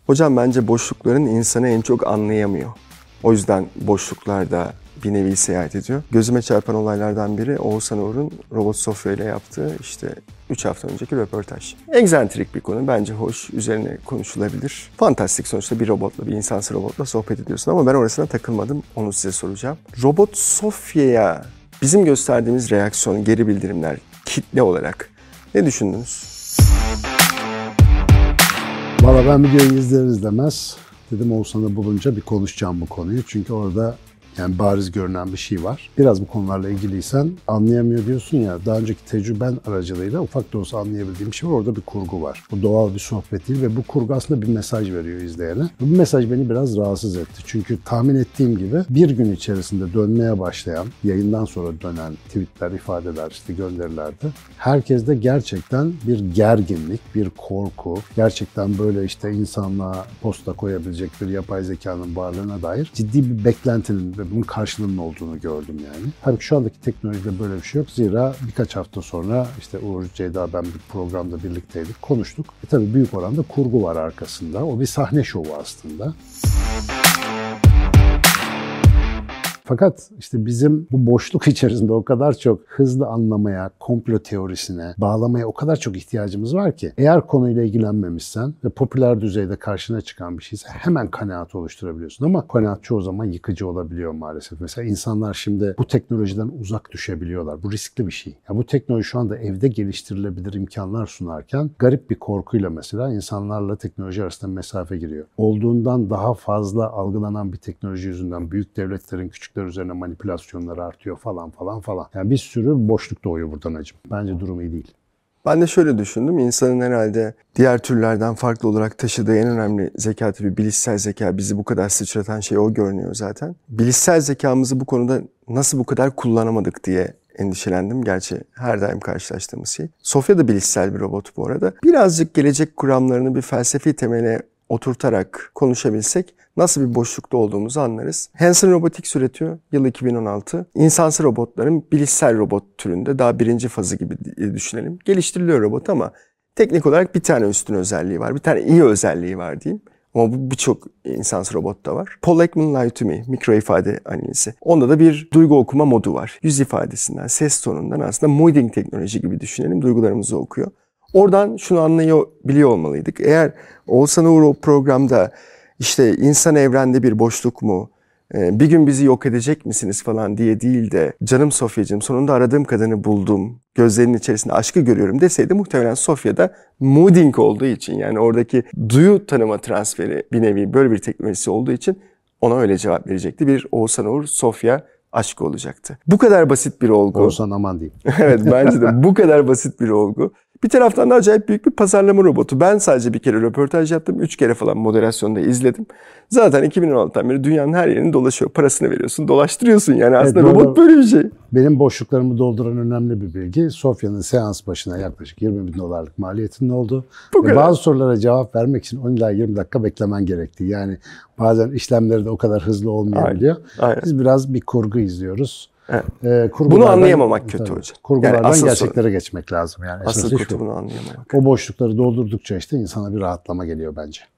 Hocam bence boşlukların insanı en çok anlayamıyor. O yüzden boşluklarda bir nevi seyahat ediyor. Gözüme çarpan olaylardan biri Oğuzhan Uğur'un Robot Sofya ile yaptığı 3 hafta önceki röportaj. Egzantrik bir konu. Bence hoş. Üzerine konuşulabilir. Fantastik sonuçta bir robotla, bir insansı robotla sohbet ediyorsun ama ben orasına takılmadım. Onu size soracağım. Robot Sofya'ya bizim gösterdiğimiz reaksiyon, geri bildirimler kitle olarak ne düşündünüz? Valla ben videoyu izler izlemez dedim Oğuzhan'ı bulunca bir konuşacağım bu konuyu. Çünkü orada yani bariz görünen bir şey var. Biraz bu konularla ilgiliysen anlayamıyor diyorsun ya. Daha önceki tecrüben aracılığıyla ufak da olsa anlayabildiğim bir şey var. Orada bir kurgu var. Bu doğal bir sohbet değil ve bu kurgu aslında bir mesaj veriyor izleyene. Bu mesaj beni biraz rahatsız etti. Çünkü tahmin ettiğim gibi bir gün içerisinde dönmeye başlayan, yayından sonra dönen tweetler, ifadeler, gönderilerde herkeste gerçekten bir gerginlik, bir korku, gerçekten böyle insanlığa posta koyabilecek bir yapay zekanın varlığına dair ciddi bir beklentinin ve bunun karşılığının olduğunu gördüm yani. Tabii ki şu andaki teknolojide böyle bir şey yok. Zira birkaç hafta sonra Uğur, Ceyda, ben bir programda birlikteydik, konuştuk. Tabii büyük oranda kurgu var arkasında. O bir sahne şovu aslında. Fakat bizim bu boşluk içerisinde o kadar çok hızlı anlamaya, komplo teorisine bağlamaya o kadar çok ihtiyacımız var ki eğer konuyla ilgilenmemişsen ve popüler düzeyde karşına çıkan bir şeyse hemen kanaat oluşturabiliyorsun ama kanaat çoğu zaman yıkıcı olabiliyor maalesef. Mesela insanlar şimdi bu teknolojiden uzak düşebiliyorlar. Bu riskli bir şey. Ya bu teknoloji şu anda evde geliştirilebilir imkanlar sunarken garip bir korkuyla mesela insanlarla teknoloji arasında mesafe giriyor. Olduğundan daha fazla algılanan bir teknoloji yüzünden büyük devletlerin küçükler üzerine manipülasyonları artıyor falan. Yani bir sürü boşluk doğuyor buradan hacım. Bence durum iyi değil. Ben de şöyle düşündüm. İnsanın herhalde diğer türlerden farklı olarak taşıdığı en önemli zeka tabii bilişsel zeka. Bizi bu kadar sıçratan şey o görünüyor zaten. Bilişsel zekamızı bu konuda nasıl bu kadar kullanamadık diye endişelendim. Gerçi her daim karşılaştığımız şey. Sofya da bilişsel bir robot bu arada. Birazcık gelecek kuramlarını bir felsefi temele oturtarak konuşabilsek nasıl bir boşlukta olduğumuzu anlarız. Hanson Robotics üretiyor. Yıl 2016. İnsansı robotların bilişsel robot türünde daha birinci fazı gibi düşünelim. Geliştiriliyor robot ama teknik olarak bir tane üstün özelliği var. Bir tane iyi özelliği var diyeyim. Ama bu birçok insansı robotta var. Paul Ekman Lie to Me, mikro ifade analizi. Onda da bir duygu okuma modu var. Yüz ifadesinden, ses tonundan aslında mooding teknoloji gibi düşünelim. Duygularımızı okuyor. Oradan şunu anlayabiliyor olmalıydık. Eğer Oğuzhan Uğur o programda insan evrende bir boşluk mu, bir gün bizi yok edecek misiniz falan diye değil de canım Sofyacığım sonunda aradığım kadını buldum, gözlerinin içerisinde aşkı görüyorum deseydi muhtemelen Sofya'da mooding olduğu için yani oradaki duyu tanıma transferi bir nevi böyle bir teknolojisi olduğu için ona öyle cevap verecekti. Bir Oğuzhan Uğur Sofya aşkı olacaktı. Bu kadar basit bir olgu. Oğuzhan aman diyeyim. Evet bence de bu kadar basit bir olgu. Bir taraftan da acayip büyük bir pazarlama robotu. Ben sadece bir kere röportaj yaptım. 3 kere falan moderasyonda izledim. Zaten 2016'dan beri dünyanın her yerini dolaşıyor. Parasını veriyorsun, dolaştırıyorsun. Yani aslında evet, robot böyle bir şey. Benim boşluklarımı dolduran önemli bir bilgi. Sofya'nın seans başına yaklaşık 20 bin dolarlık maliyetinin olduğu. Bazı sorulara cevap vermek için 10 ila 20 dakika beklemen gerektiği. Yani bazen işlemleri de o kadar hızlı olmayabiliyor. Aynen. Biz biraz bir kurgu izliyoruz. Evet. Bunu anlayamamak kötü hocam. Kurgulardan yani gerçeklere geçmek lazım. Yani asıl kötü bunu anlayamamak. O boşlukları doldurdukça insana bir rahatlama geliyor bence.